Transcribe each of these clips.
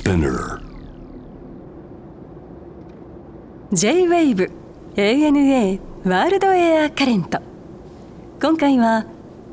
Spinner J-WAVE ANA ワールドエアカレント。今回は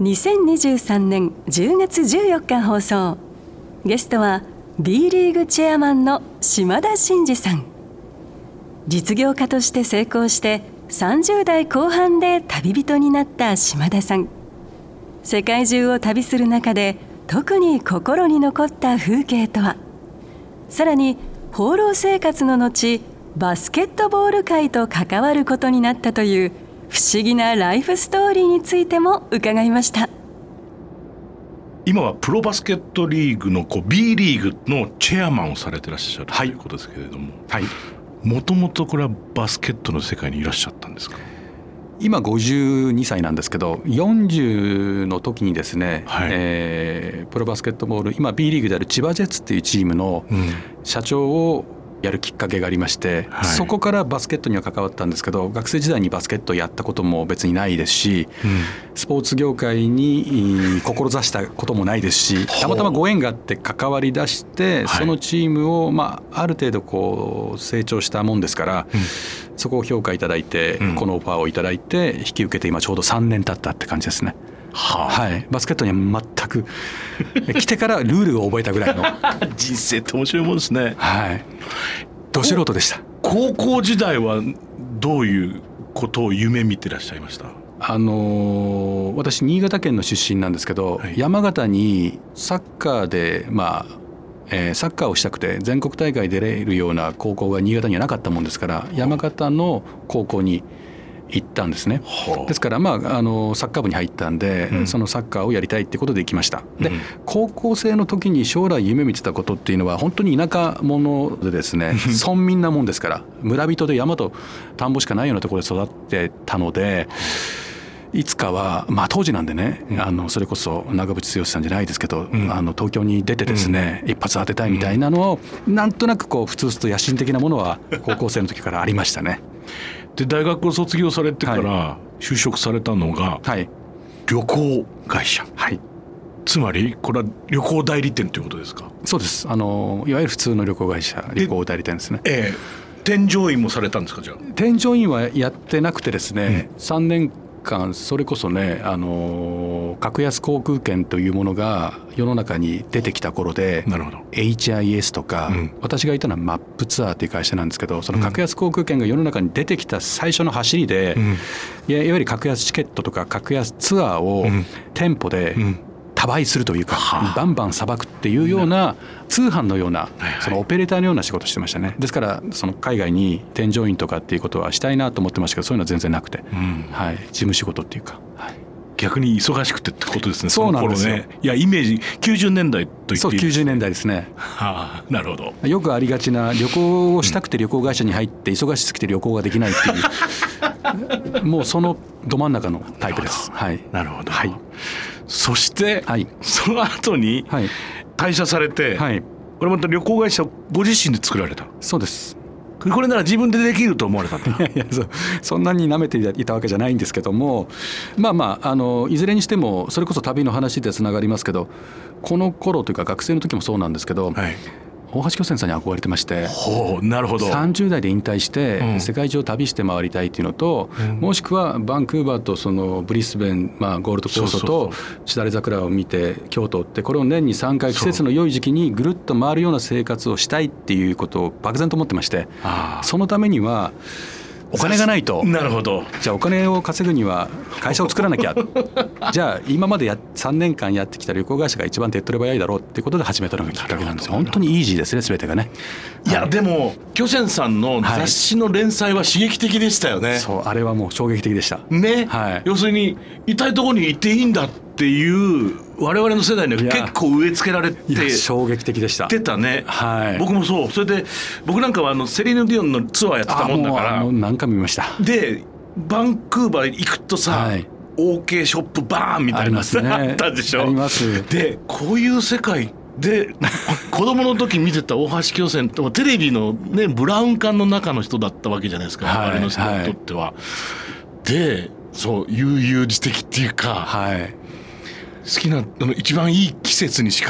2023年10月14日放送。ゲストは B リーグチェアマンの島田真二さん。実業家として成功して30代後半で旅人になった島田さん。世界中を旅する中で特に心に残った風景とは。さらに放浪生活の後、バスケットボール界と関わることになったという不思議なライフストーリーについても伺いました。 今はプロバスケットリーグのB リーグのチェアマンをされてらっしゃるということですけれども、もともとこれはバスケットの世界にいらっしゃったんですか？ 今52歳なんですけど、40の時にですね、プロバスケットボール、今 B リーグである千葉ジェッツっていうチームの社長をやるきっかけがありまして、そこからバスケットには関わったんですけど、学生時代にバスケットをやったことも別にないですし、スポーツ業界に志したこともないですし、たまたまご縁があって関わり出して、そのチームを、ある程度成長したもんですから、そこを評価いただいて、このオファーをいただいて引き受けて、今ちょうど3年経ったって感じですね。バスケットには全く来てからルールを覚えたぐらいの人生って面白いもんですね。 ど素人でした。 高校時代はどういうことを夢見てらっしゃいました？ 私新潟県の出身なんですけど、山形にサッカーでサッカーをしたくて全国大会出れるような高校が新潟にはなかったもんですから、山形の高校に行ったんですね。ですからサッカー部に入ったんで、そのサッカーをやりたいってことで行きました。で、高校生の時に将来夢見てたことっていうのは本当に田舎者でですね村民なもんですから、村人で山と田んぼしかないようなところで育ってたので、いつかは当時なんでね、それこそ長渕剛さんじゃないですけど、東京に出てですね、一発当てたいみたいなのを、なんとなくふつふつと野心的なものは高校生の時からありましたね。 で、大学を卒業されてから就職されたのが旅行会社、つまりこれは旅行代理店ということですか？ そうです。いわゆる普通の旅行会社、旅行代理店ですね。 添乗員もされたんですか？じゃあ添乗員はやってなくてですね、3年間それこそね、格安航空券というものが世の中に出てきた頃で、HIS とか、私がいたのはマップツアーという会社なんですけど、その格安航空券が世の中に出てきた最初の走りで、いわゆる格安チケットとか格安ツアーを店舗で多売するというか、バンバンさばくっていうような通販のような、そのオペレーターのような仕事してましたね。ですからその海外に添乗員とかっていうことはしたいなと思ってましたけど、そういうのは全然なくて、事務仕事っていうか、 逆に忙しくてってことですね。 そうなんですよ。 いや、イメージ90年代と言っていいですね。 そう、90年代ですね。 なるほど。 よくありがちな、旅行をしたくて旅行会社に入って忙しすぎて旅行ができないっていうもうそのど真ん中のタイプです。 なるほど。そして、その後に退社されて、これまた旅行会社をご自身で作られた？ そうです。 これなら自分でできると思われたんだ。 いやそんなに舐めていたわけじゃないんですけども、いずれにしてもそれこそ旅の話でつながりますけど、この頃というか学生の時もそうなんですけど、大橋巨泉さんに憧れてまして、 なるほど。 30代で引退して世界中を旅して回りたいっていうのと、もしくはバンクーバーとそのブリスベン、ゴールドコーストとしだれ桜を見て京都って、これを年に3回季節の良い時期にぐるっと回るような生活をしたいっていうことを漠然と思ってまして、そのためにはお金がないと。 なるほど。 じゃあお金を稼ぐには会社を作らなきゃじゃあ今まで3年間やってきた旅行会社が一番手っ取れ早いだろうっていうことで始めたのがきっかけなんですよ。本当にイージーですね、全てがね。 いや、でも巨泉さんの雑誌の連載は刺激的でしたよね。 そう、あれはもう衝撃的でしたね。要するに痛いところに行っていいんだっていう我々の世代には結構植え付けられて、 衝撃的でした。 出たね。僕もそう。それで僕なんかはセリーヌ・ディオンのツアーやってたもんだから、 何回も見ました。 でバンクーバー行くとさ、OK ショップバーンみたいなのあったでしょ。 あります。 でこういう世界で子供の時見てた大橋巨泉とテレビのねブラウン管の中の人だったわけじゃないですか、周りの人にとっては。でそう悠々自適っていうか、好きな一番いい季節にしか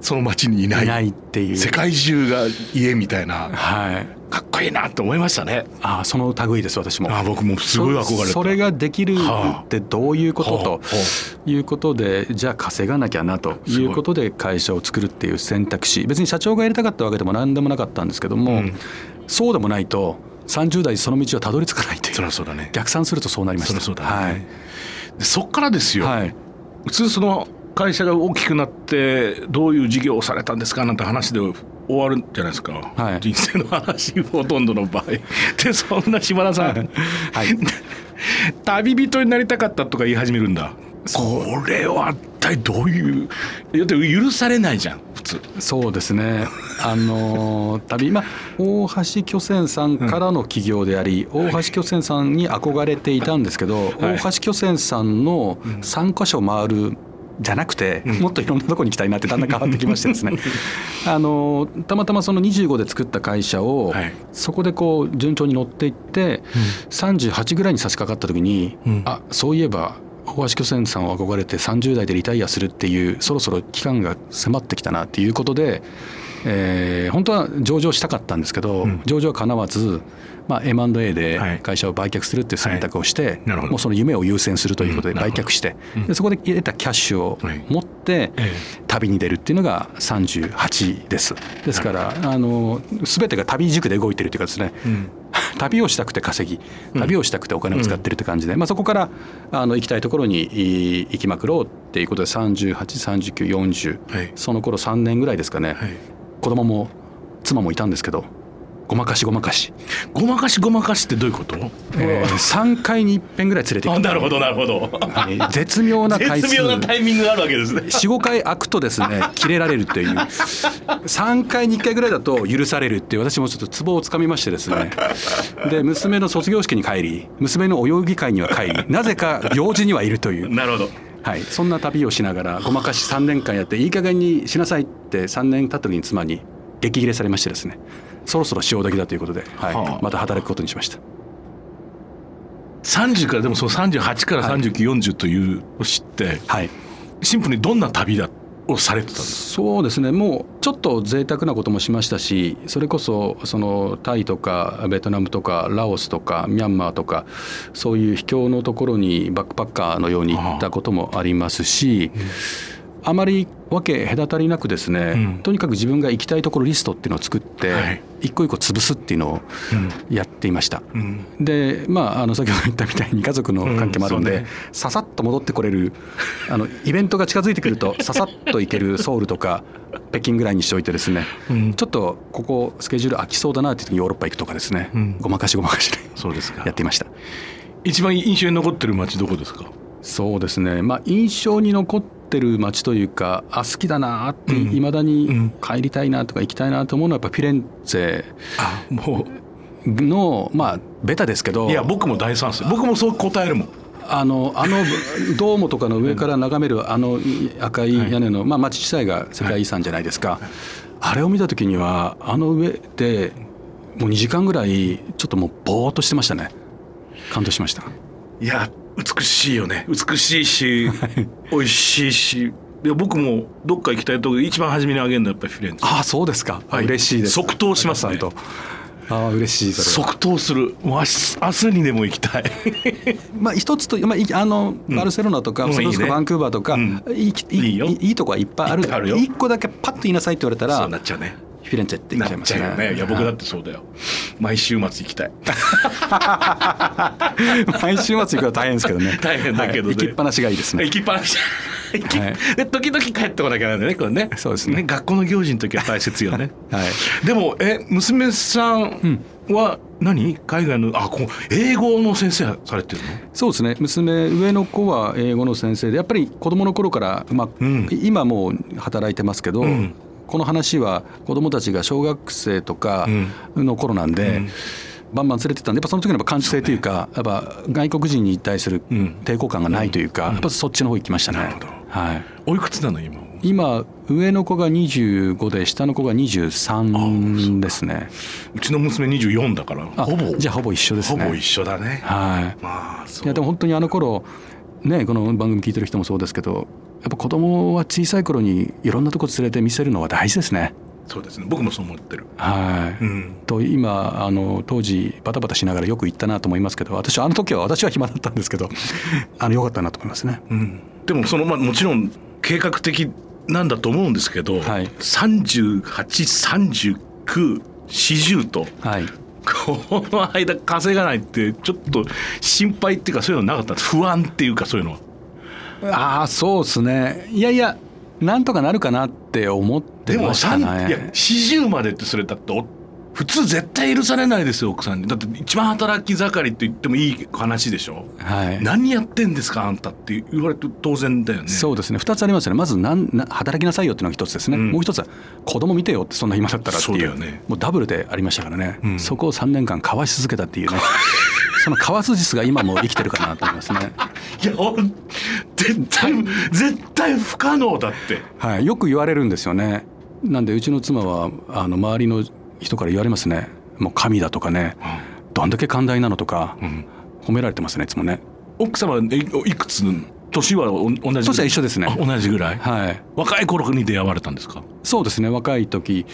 その町にいないっていう、 世界中が家みたいな、 はい、 かっこいいなと思いましたね。 その類です私も。 僕もすごい憧れた。 それができるってどういうことということで、じゃあ稼がなきゃなということで会社を作るっていう選択肢、別に社長がやりたかったわけでも何でもなかったんですけども、そうでもないと30代その道をたどり着かないという。 そりゃそうだね。 逆算するとそうなりました。 そうだね。はい。そっからですよ。はい、普通その会社が大きくなってどういう事業をされたんですかなんて話で終わるじゃないですか、はい、人生の話ほとんどの場合で、そんな島田さん、はい、旅人になりたかったとか言い始めるんだ。これは一体どういう、だって許されないじゃん普通。 そうですね、旅、大橋巨泉さんからの起業であり、大橋巨泉さんに憧れていたんですけど、大橋巨泉さんの3カ所回るじゃなくて、もっといろんなとこに行きたいなってだんだん変わってきましてですねたまたまその25で作った会社を、そこでこう順調に乗っていって、38ぐらいに差し掛かった時に、そういえば大橋巨泉さんを憧れて30代でリタイアするっていう、そろそろ期間が迫ってきたなっていうことで、本当は上場したかったんですけど、上場はかなわず、M&A で会社を売却するっていう選択をして、もうその夢を優先するということで売却して、でそこで得たキャッシュを持って旅に出るっていうのが38です。ですから全てが旅軸で動いてるというかですね、旅をしたくて稼ぎ、旅をしたくてお金を使ってるって感じで、そこから行きたいところに行きまくろうっていうことで、38、39、40、その頃3年ぐらいですかね、子供も妻もいたんですけど、ごまかしってどういうこと？3回に1遍ぐらい連れて行く。 なるほどなるほど、 絶妙な回数、 絶妙なタイミングがあるわけですね。 4,5 回空くとですね切れられるという、3回に1回ぐらいだと許されるっていう、私もちょっとツボをつかみましてですね、で娘の卒業式に帰り、娘のお遊戯会には帰り、なぜか行事にはいるという。 なるほど、 はい、そんな旅をしながらごまかし3年間やって、いい加減にしなさいって3年経った時に妻に激切れされましてですね、そろそろ潮時だということで、また働くことにしました。 30からでもその38から39、40というのを知って、シンプルにどんな旅をされてたんですか？ そうですね、もうちょっと贅沢なこともしましたし、それこそそのタイとかベトナムとかラオスとかミャンマーとか、そういう秘境のところにバックパッカーのように行ったこともありますし、あまり分け隔たりなくですね、とにかく自分が行きたいところリストっていうのを作って、一個一個潰すっていうのをやっていました。で、先ほど言ったみたいに家族の関係もあるので、ささっと戻ってこれるイベントが近づいてくるとささっと行けるソウルとか北京ぐらいにしておいてですね、ちょっとここスケジュール空きそうだなっていう時にヨーロッパ行くとかですね、ごまかしでやっていました。 一番印象に残ってる街どこですか？ そうですね、印象に残ってる街というか、好きだなって、いまだに帰りたいなとか行きたいなと思うのはやっぱフィレンツェのベタですけど、 いや僕も大賛成。僕もそう答えるもん。 ドームとかの上から眺める赤い屋根の、街自体が世界遺産じゃないですか、あれを見た時には上でもう2時間ぐらいちょっともうぼーっとしてましたね。感動しました。 いや美しいよね。美しいし美味しいし、で僕もどっか行きたいとこ一番初めにあげるのはやっぱりフィレンツェ。 そうですか、嬉しいです。 即答しますね。 嬉しい。それ即答する。もう明日にでも行きたい一つと、バルセロナとか、それこそバンクーバーとか、いいとこはいっぱいある。一個だけパッと言いなさいって言われたらそうなっちゃうね。 フィレンツェって言っちゃいますね。 いや僕だってそうだよ。毎週末行きたい毎週末行くのは大変ですけどね。 大変だけどね、 行きっぱなしがいいですね。 行きっぱなしで時々帰ってこなきゃなんだね、これね。 そうですね。 学校の行事の時は大切よねでも娘さんは海外の英語の先生されてるの？ そうですね、上の子は英語の先生で、やっぱり子供の頃から、今もう働いてますけど、この話は子どもたちが小学生とかの頃なんで、バンバン連れてたんで、やっぱその時の感受性というか、やっぱ外国人に対する抵抗感がないというか、やっぱそっちの方行きましたね。 なるほど。おいくつなの今上の子が25で下の子が23ですね。 うちの娘24だから、 じゃあほぼ一緒ですね。 ほぼ一緒だね。 いやでも本当に頃ね、この番組聞いてる人もそうですけど、 っぱ子供は小さい頃にいろんなとこ連れて見せるのは大事ですね。 そうですね、僕もそう思ってる。 はい、と今当時バタバタしながらよく行ったなと思いますけど、私は暇だったんですけどよかったなと思いますね。 でももちろん計画的なんだと思うんですけど、はい、38、39、40と、はい、この間稼がないってちょっと心配っていうか、そういうのなかったんです？不安っていうか、そういうのは。 そうですね。いやなんとかなるかなって思ってましたね。 でも40までってそれだって普通絶対許されないですよ、奥さんに。だって一番働き盛りって言ってもいい話でしょ、はい、何やってんですかあんたって言われて当然だよね。 そうですね、2つありますよね。まず働きなさいよっていうのが1つですね、もう1つは子供見てよって、そんな暇だったらっていう、そうだよね、もうダブルでありましたからね、そこを3年間かわし続けたっていうねそのかわす術が今も生きてるかなと思いますね。 いや絶対不可能だって、 はい、よく言われるんですよね。なんでうちの妻は周りの人から言われますね。もう神だとかね、どんだけ寛大なのとか、褒められてますね、いつもね。 奥様いくつ？年は同じ？ 年は一緒ですね。 同じぐらい、 はい、 若い頃に出会われたんですか？ そうですね、若い時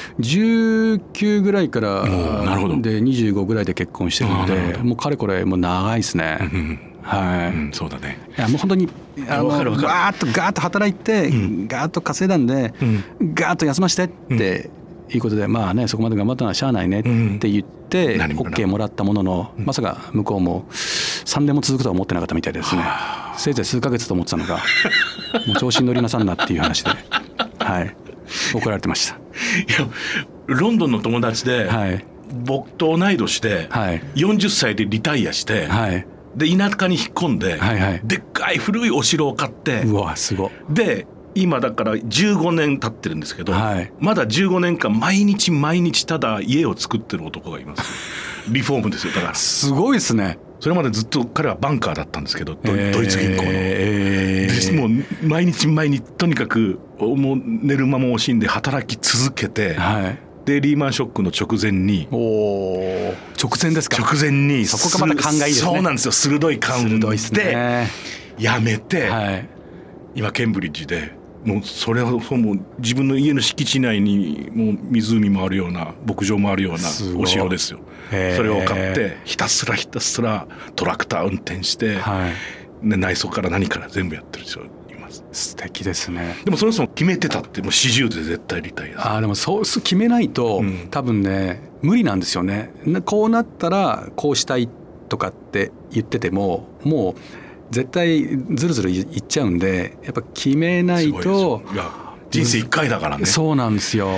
19ぐらいからで25ぐらいで結婚してるので、もうかれこれもう長いですね。はい、 そうだね。 いやもう本当にガーッと働いて、ガーッと稼いだんで、ガーッと休ましてっていうことで、まあね、そこまで頑張ったのはしゃあないねって言って OK もらったものの、まさか向こうも3年も続くとは思ってなかったみたいですね。せいぜい数ヶ月と思ってたのがもう調子に乗りなさんなっていう話で、はい、怒られてました。いやロンドンの友達で、はい、僕と同い年で、はい、40歳でリタイアして、はい、で田舎に引っ込んで、はいはい、でっかい古いお城を買って、 うわすごい。 で今だから15年経ってるんですけど、はい、まだ15年間毎日ただ家を作ってる男がいます。リフォームですよ。だからすごいですね。 それまでずっと彼はバンカーだったんですけど、ドイツ銀行の、でもう毎日とにかくもう寝る間も惜しんで働き続けて、はい、でリーマンショックの直前に、 直前ですか？ 直前にそこがまた勘がいいですね。 そうなんですよ、鋭い勘でやめて、 はい、 今ケンブリッジでもうそれはもう自分の家の敷地内にもう湖もあるような牧場もあるようなお城ですよ。それを買ってひたすらトラクター運転して、はい、内装から何から全部やってる人います。 素敵ですね。 でもその人も決めてたって。もう40で絶対リタイア。 でもそう決めないと、多分ね無理なんですよね。こうなったらこうしたいとかって言っててももう絶対ずるずるいっちゃうんで、やっぱ決めないと。 いや人生1回だからね。 そうなんですよ。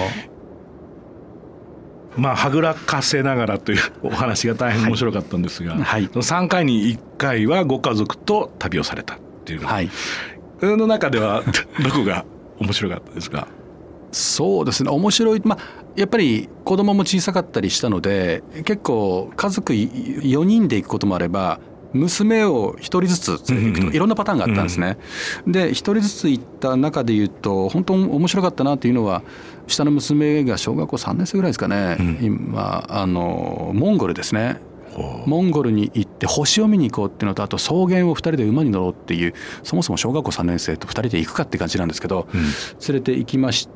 まあはぐらかせながらというお話が大変面白かったんですが、はい、3回に1回はご家族と旅をされたっていうの、はい、その中ではどこが面白かったですか？ そうですね、面白い、やっぱり子供も小さかったりしたので、結構家族4人で行くこともあれば娘を1人ずつ連れて行くと、いろんなパターンがあったんですね。で1人ずつ行った中でいうと本当面白かったなっていうのは、下の娘が小学校3年生ぐらいですかね、今モンゴルですね。モンゴルに行って星を見に行こうっていうのと、あと草原を2人で馬に乗ろうっていう、そもそも小学校3年生と2人で行くかって感じなんですけど、連れて行きまして、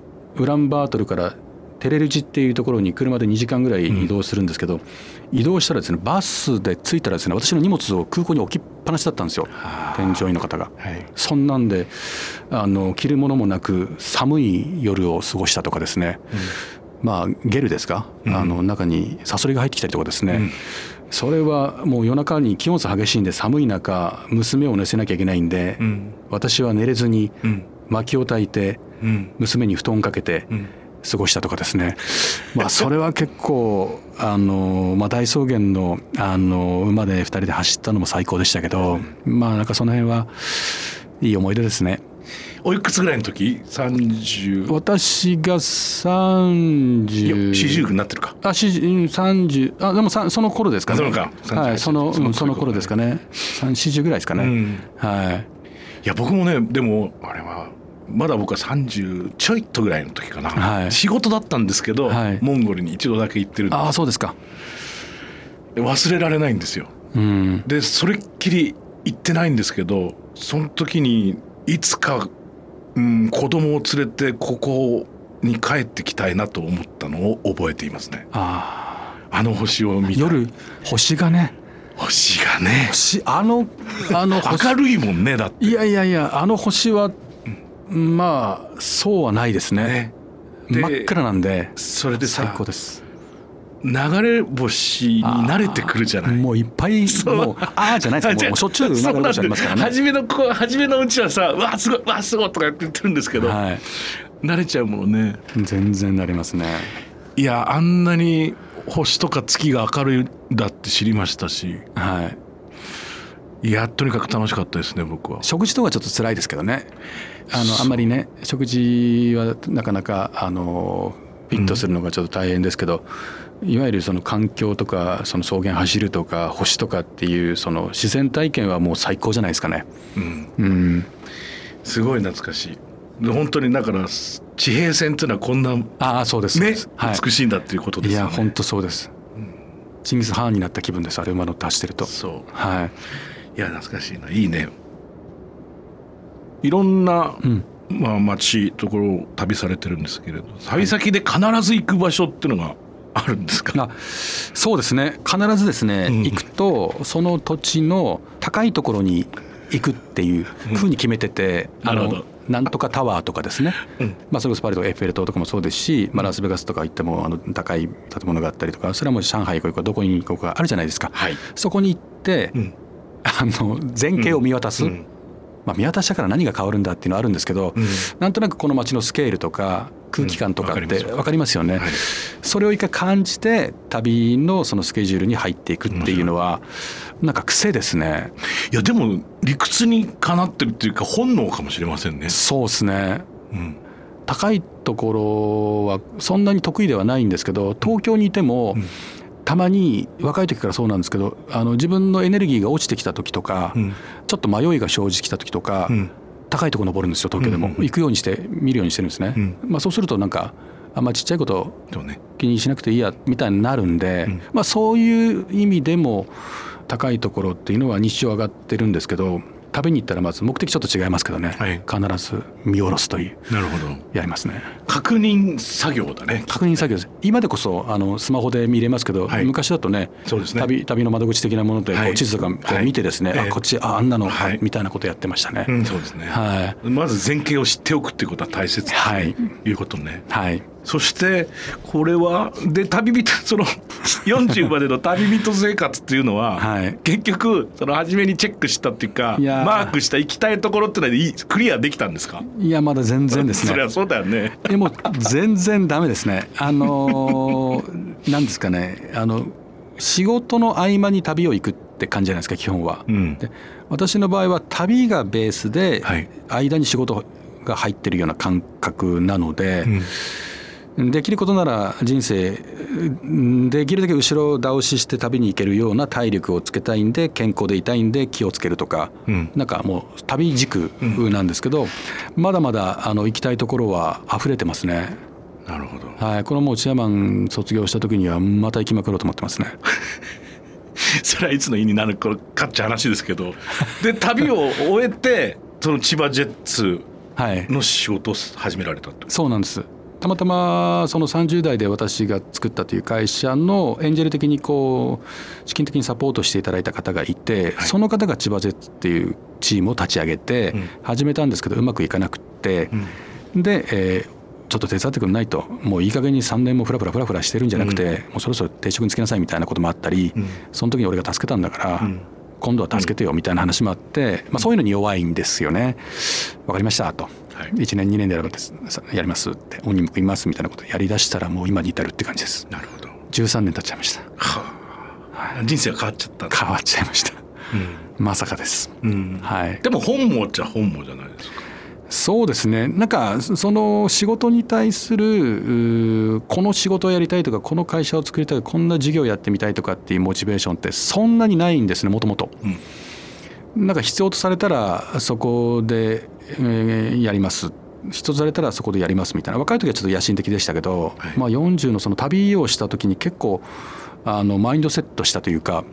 ウランバートルからテレルジっていうところに車で2時間ぐらい移動するんですけど、移動したらですね、バスで着いたらですね、私の荷物を空港に置きっぱなしだったんですよ、添乗員の方が、はい、そんなんで着るものもなく寒い夜を過ごしたとかですね、ゲルですか、中にサソリが入ってきたりとかですね、それはもう夜中に気温差激しいんで、寒い中娘を寝せなきゃいけないんで、私は寝れずに薪を焚いて娘に布団かけて過ごしたとかですね、それは結構大草原の馬で2人で走ったのも最高でしたけど、なんかその辺はいい思い出ですね。 おいくつぐらいの時？30。 私が40になってるか。 30。でもその頃ですかね。 はい、 その頃ですかね。40ぐらいですかね。はい。 いや僕もね、でもあれはまだ僕は30ちょいっとぐらいの時かな、はい、仕事だったんですけど、はい、モンゴルに一度だけ行ってるんです。 そうですか。 忘れられないんですよ、でそれっきり行ってないんですけど、その時にいつか、子供を連れてここに帰ってきたいなと思ったのを覚えていますね。あの星を見た夜、星がね星明るいもんね。だって、 いやあの星はまあそうはないですね。真っ暗なんで、 それでさ、 最高です。 流れ星に慣れてくるじゃない。 もういっぱい、もうじゃないですか。もうしょっちゅう流れ星ありますからね。 初めのうちはさ、わすごいとか言ってるんですけど、慣れちゃうもんね。 全然慣れますね。 いや、あんなに星とか月が明るいんだって知りましたし、いや、とにかく楽しかったですね。僕は食事とかちょっと辛いですけどね。あんまりね、食事はなかなかフィットするのがちょっと大変ですけど、いわゆるその環境とか、その草原走るとか星とかっていうその自然体験はもう最高じゃないですかね。 すごい懐かしい。本当にだから地平線っていうのはこんなそうです、 美しいんだっていうことですよね。 いや本当そうです。チンギス・ハーンになった気分です。あれ馬乗って走ってると。 そう、いや懐かしいな。いいね。いろんな、街ところを旅されてるんですけれど、旅先で必ず行く場所っていうのがあるんですか？ そうですね、必ずですね、行くとその土地の高いところに行くっていうふうに決めてて、なんとかタワーとかですね、それこそパリとかエッフェル塔とかもそうですし、ラスベガスとか行っても高い建物があったりとか、それはもう上海行こうかどこに行こうかあるじゃないですか。そこに行って、全景を見渡す、見渡したから何が変わるんだっていうのはあるんですけど、なんとなくこの街のスケールとか空気感とかって分かりますよね。それを一回感じて旅のそのスケジュールに入っていくっていうのはなんか癖ですね。 いやでも理屈にかなってるっていうか本能かもしれませんね。 そうですね、高いところはそんなに得意ではないんですけど、東京にいても、たまに若い時からそうなんですけど、自分のエネルギーが落ちてきた時とか、ちょっと迷いが生じてきた時とか、高いところ登るんですよ。東京でも、行くようにして見るようにしてるんですね。そうするとなんかあんまちっちゃいこと気にしなくていいやみたいになるんで、そういう意味でも高いところっていうのは日常上がってるんですけど、旅に行ったらまず目的ちょっと違いますけどね、必ず見下ろすという。 なるほど、 やりますね。 確認作業だね。 確認作業です。今でこそスマホで見れますけど、昔だとね、旅の窓口的なもので地図とかこう見てですね、こっちあんなのみたいなことやってましたね。 そうですね。まず前景を知っておくっていうことは大切ということね。そしてこれはで旅人、その40までの旅人生活っていうのは、結局その初めにチェックしたっていうかマークした行きたいところっていうのはクリアできたんですか？ いやまだ全然ですね。 それはそうだよね。 でも全然ダメですね。なんですかね、仕事の合間に旅を行くって感じじゃないですか、基本は。で私の場合は旅がベースで、間に仕事が入ってるような感覚なので、できることなら人生できるだけ後ろ倒しして旅に行けるような体力をつけたいんで、健康でいたいんで気をつけるとか、なんかもう旅軸なんですけど、まだまだ行きたいところは溢れてますね。 なるほど。 このもうチェアマン卒業した時にはまた行きまくろうと思ってますね。 それはいつの意になるかっちゃ話ですけど、で旅を終えてその千葉ジェッツの仕事を始められたって、 そうなんです。たまたまその30代で私が作ったという会社のエンジェル的にこう資金的にサポートしていただいた方がいて、その方が千葉ジェッツっていうチームを立ち上げて始めたんですけど、うまくいかなくって、で、ちょっと手伝ってくんないと、もういい加減に3年もフラフラしてるんじゃなくて、もうそろそろ定職につけなさいみたいなこともあったり、その時に俺が助けたんだから、今度は助けてよみたいな話もあって、そういうのに弱いんですよね。わかりましたと、1年2年でやりますって、恩に報いますみたいなことをやりだしたら、もう今に至るって感じです。 なるほど。 13年経っちゃいました。 人生が変わっちゃった。 変わっちゃいました、まさかです、 でも本望っちゃ本望じゃないですか。 そうですね。なんかその仕事に対するこの仕事をやりたいとか、この会社を作りたい、こんな事業をやってみたいとかっていうモチベーションってそんなにないんですね、もともと。なんか必要とされたらそこで、やります、必要とされたらそこでやりますみたいな。若い時はちょっと野心的でしたけど、40のその旅をした時に結構マインドセットしたというか、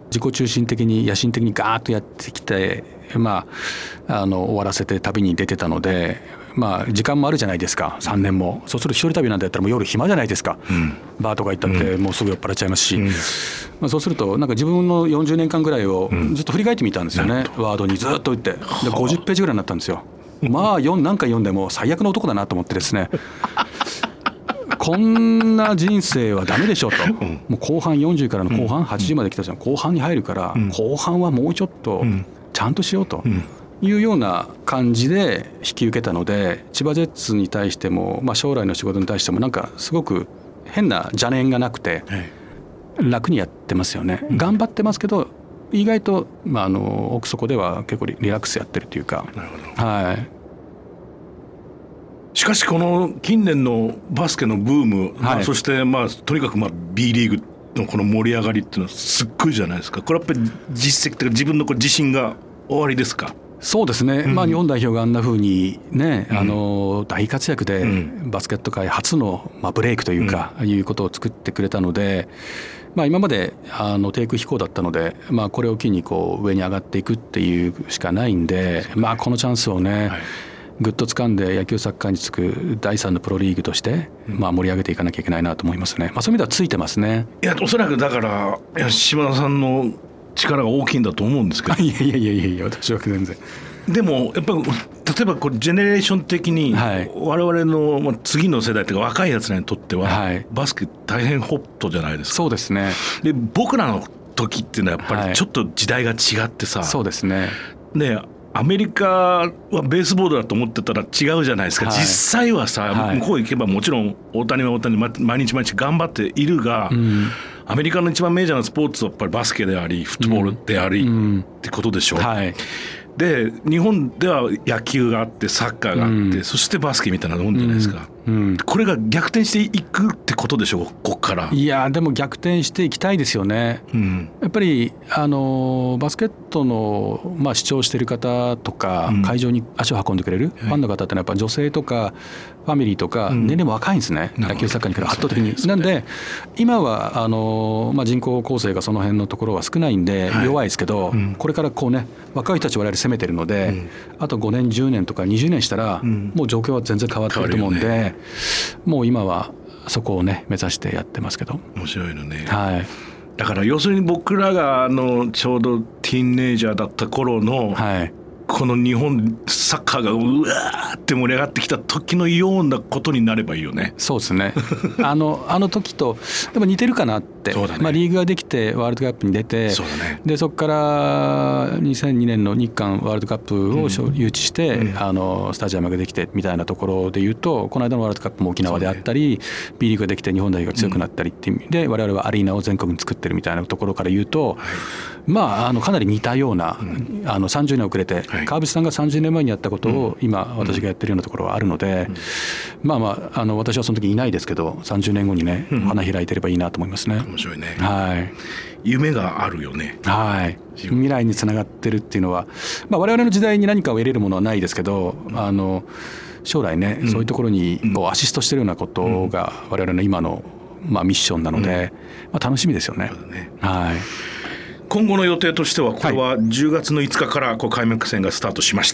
自己中心的に野心的にガーッとやってきて、終わらせて旅に出てたので、時間もあるじゃないですか、3年も。そうすると一人旅なんてやったらもう夜暇じゃないですか、バーとか行ったってもうすぐ酔っ払っちゃいますし、そうするとなんか自分の40年間ぐらいをずっと振り返ってみたんですよね、ワードにずっと打って。で50ページぐらいになったんですよ。何回読んでも最悪の男だなと思ってですねこんな人生はダメでしょと、もう後半40からの後半80まで来たじゃん、後半に入るから後半はもうちょっとちゃんとしようというような感じで引き受けたので、千葉ジェッツに対しても、将来の仕事に対してもなんかすごく変な邪念がなくて楽にやってますよね。頑張ってますけど意外と、奥底では結構リラックスやってるというか。 なるほど。はい。しかしこの近年のバスケのブーム、そしてとにかくB リーグのこの盛り上がりっていうのはすっごいじゃないですか。これやっぱり実績というか自分の自信が終わりですか？ そうですね、日本代表があんな風にね、大活躍でバスケット界初のブレイクというか、いうことを作ってくれたので、今まで低空飛行だったので、これを機にこう上に上がっていくっていうしかないんで、このチャンスをね、ぐっと掴んで野球サッカーにつく第3のプロリーグとして盛り上げていかなきゃいけないなと思いますね。そういう意味ではついてますね。 いや、おそらくだから島田さんの力が大きいんだと思うんですけど。 いや私は全然。 でもやっぱり例えばこれジェネレーション的に我々の次の世代というか若いやつらにとってはバスケ大変ホットじゃないですか。 そうですね。 で僕らの時っていうのはやっぱりちょっと時代が違ってさ、 そうですね。 でアメリカはベースボールだと思ってたら違うじゃないですか、実際はさ、向こう行けばもちろん大谷は大谷毎日頑張っているが、アメリカの一番メジャーなスポーツはやっぱりバスケでありフットボールであり、ってことでしょ。で日本では野球があってサッカーがあって、そしてバスケみたいなもんじゃないですか、これが逆転していくってことでしょう、ここから。 いやでも逆転していきたいですよね、やっぱりバスケットの、視聴している方とか、会場に足を運んでくれるファンの方ってのはやっぱ女性とかファミリーとか年齢も若いんですね、野球サッカーに比べ圧倒的に。なんで今は人口構成がその辺のところは少ないんで弱いですけど、これからこうね若い人たち我々攻めてるので、あと5年10年とか20年したらもう状況は全然変わってると思うんで、もう今はそこをね目指してやってますけど。 面白いのね。だから要するに僕らがちょうどティーンネイジャーだった頃の、この日本サッカーがうわーって盛り上がってきた時のようなことになればいいよね。 そうですね。あの時とでも似てるかなって。そうだね。リーグができてワールドカップに出て、そうだね。でそこから2002年の日韓ワールドカップを誘致して、スタジアムができてみたいなところでいうと、この間のワールドカップも沖縄であったり、B リーグができて日本代表が強くなったりっていう意味で、我々はアリーナを全国に作ってるみたいなところから言うと、かなり似たような、30年遅れて、川淵さんが30年前にやったことを今私がやってるようなところはあるので、私はその時いないですけど30年後にね、花開いてればいいなと思いますね。 面白いね。夢があるよね。 未来につながってるっていうのは、我々の時代に何かを得れるものはないですけど、将来ね、そういうところにこうアシストしてるようなことが我々の今のミッションなので、楽しみですよね。 今後の予定としては、これは10月の5日から開幕戦がスタートしました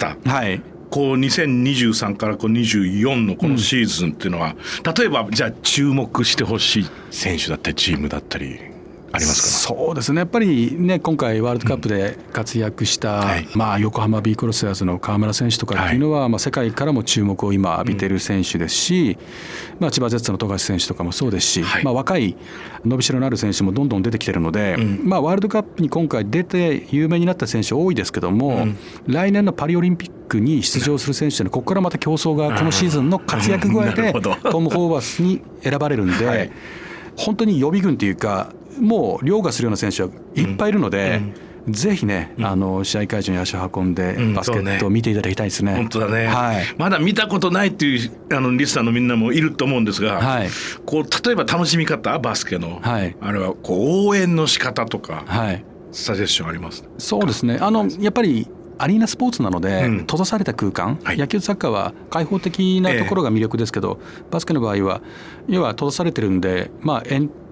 。2023から24のこのシーズンっていうのは、例えばじゃあ注目してほしい選手だったりチームだったりありますか？ そうですね、やっぱりね、今回ワールドカップで活躍した、横浜 B クロスヤーズの河村選手とかっていうのは、世界からも注目を今浴びている選手ですし、千葉ジェッツの富樫選手とかもそうですし、若い伸びしろのある選手もどんどん出てきているので、ワールドカップに今回出て有名になった選手多いですけども、来年のパリオリンピックに出場する選手というのは、ここからまた競争がこのシーズンの活躍具合でトム・ホーバスに選ばれるんで、本当に予備軍というか、もう凌駕するような選手はいっぱいいるので、ぜひね、試合会場に足を運んでバスケットを見ていただきたいですね。 本当だね。まだ見たことないっていうリスナーのみんなもいると思うんですが、例えば楽しみ方、バスケの、あれは応援の仕方とか、サジェスションあります？ そうですね、やっぱりアリーナスポーツなので、閉ざされた空間、野球サッカーは開放的なところが魅力ですけど、バスケの場合は要は閉ざされてるんで、エン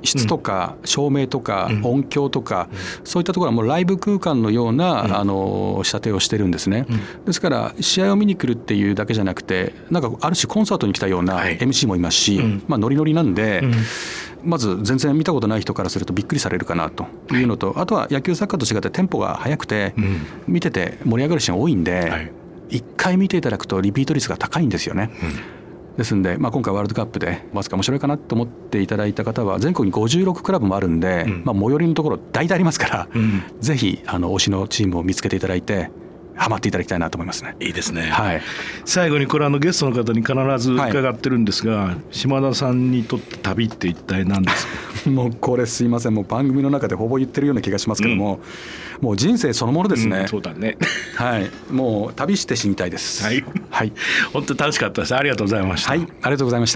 質とか照明とか音響とか、そういったところはもうライブ空間のような仕立てをしてるんですね。ですから試合を見に来るっていうだけじゃなくて、なんかある種コンサートに来たような MC もいますし、ノリノリなんで、まず全然見たことない人からするとびっくりされるかなというのと、あとは野球サッカーと違ってテンポが速くて見てて盛り上がるシーンが多いんで、1回見ていただくとリピート率が高いんですよね。ですんで、今回ワールドカップでバスケ面白いかなと思っていただいた方は、全国に56クラブもあるんで、最寄りのところ大体ありますから、ぜひ推しのチームを見つけていただいてハマっていただきたいなと思いますね。 いいですね、 はい、 最後にこれゲストの方に必ず伺ってるんですが、島田さんにとって旅って一体何ですか？ もうこれすいません、もう番組の中でほぼ言ってるような気がしますけども、もう人生そのものですね。 そうだねはい、もう旅して死にたいです。 はい、はい、本当に楽しかったです。ありがとうございました。 はい、ありがとうございました。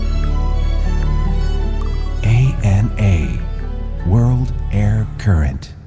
ANA World Air Current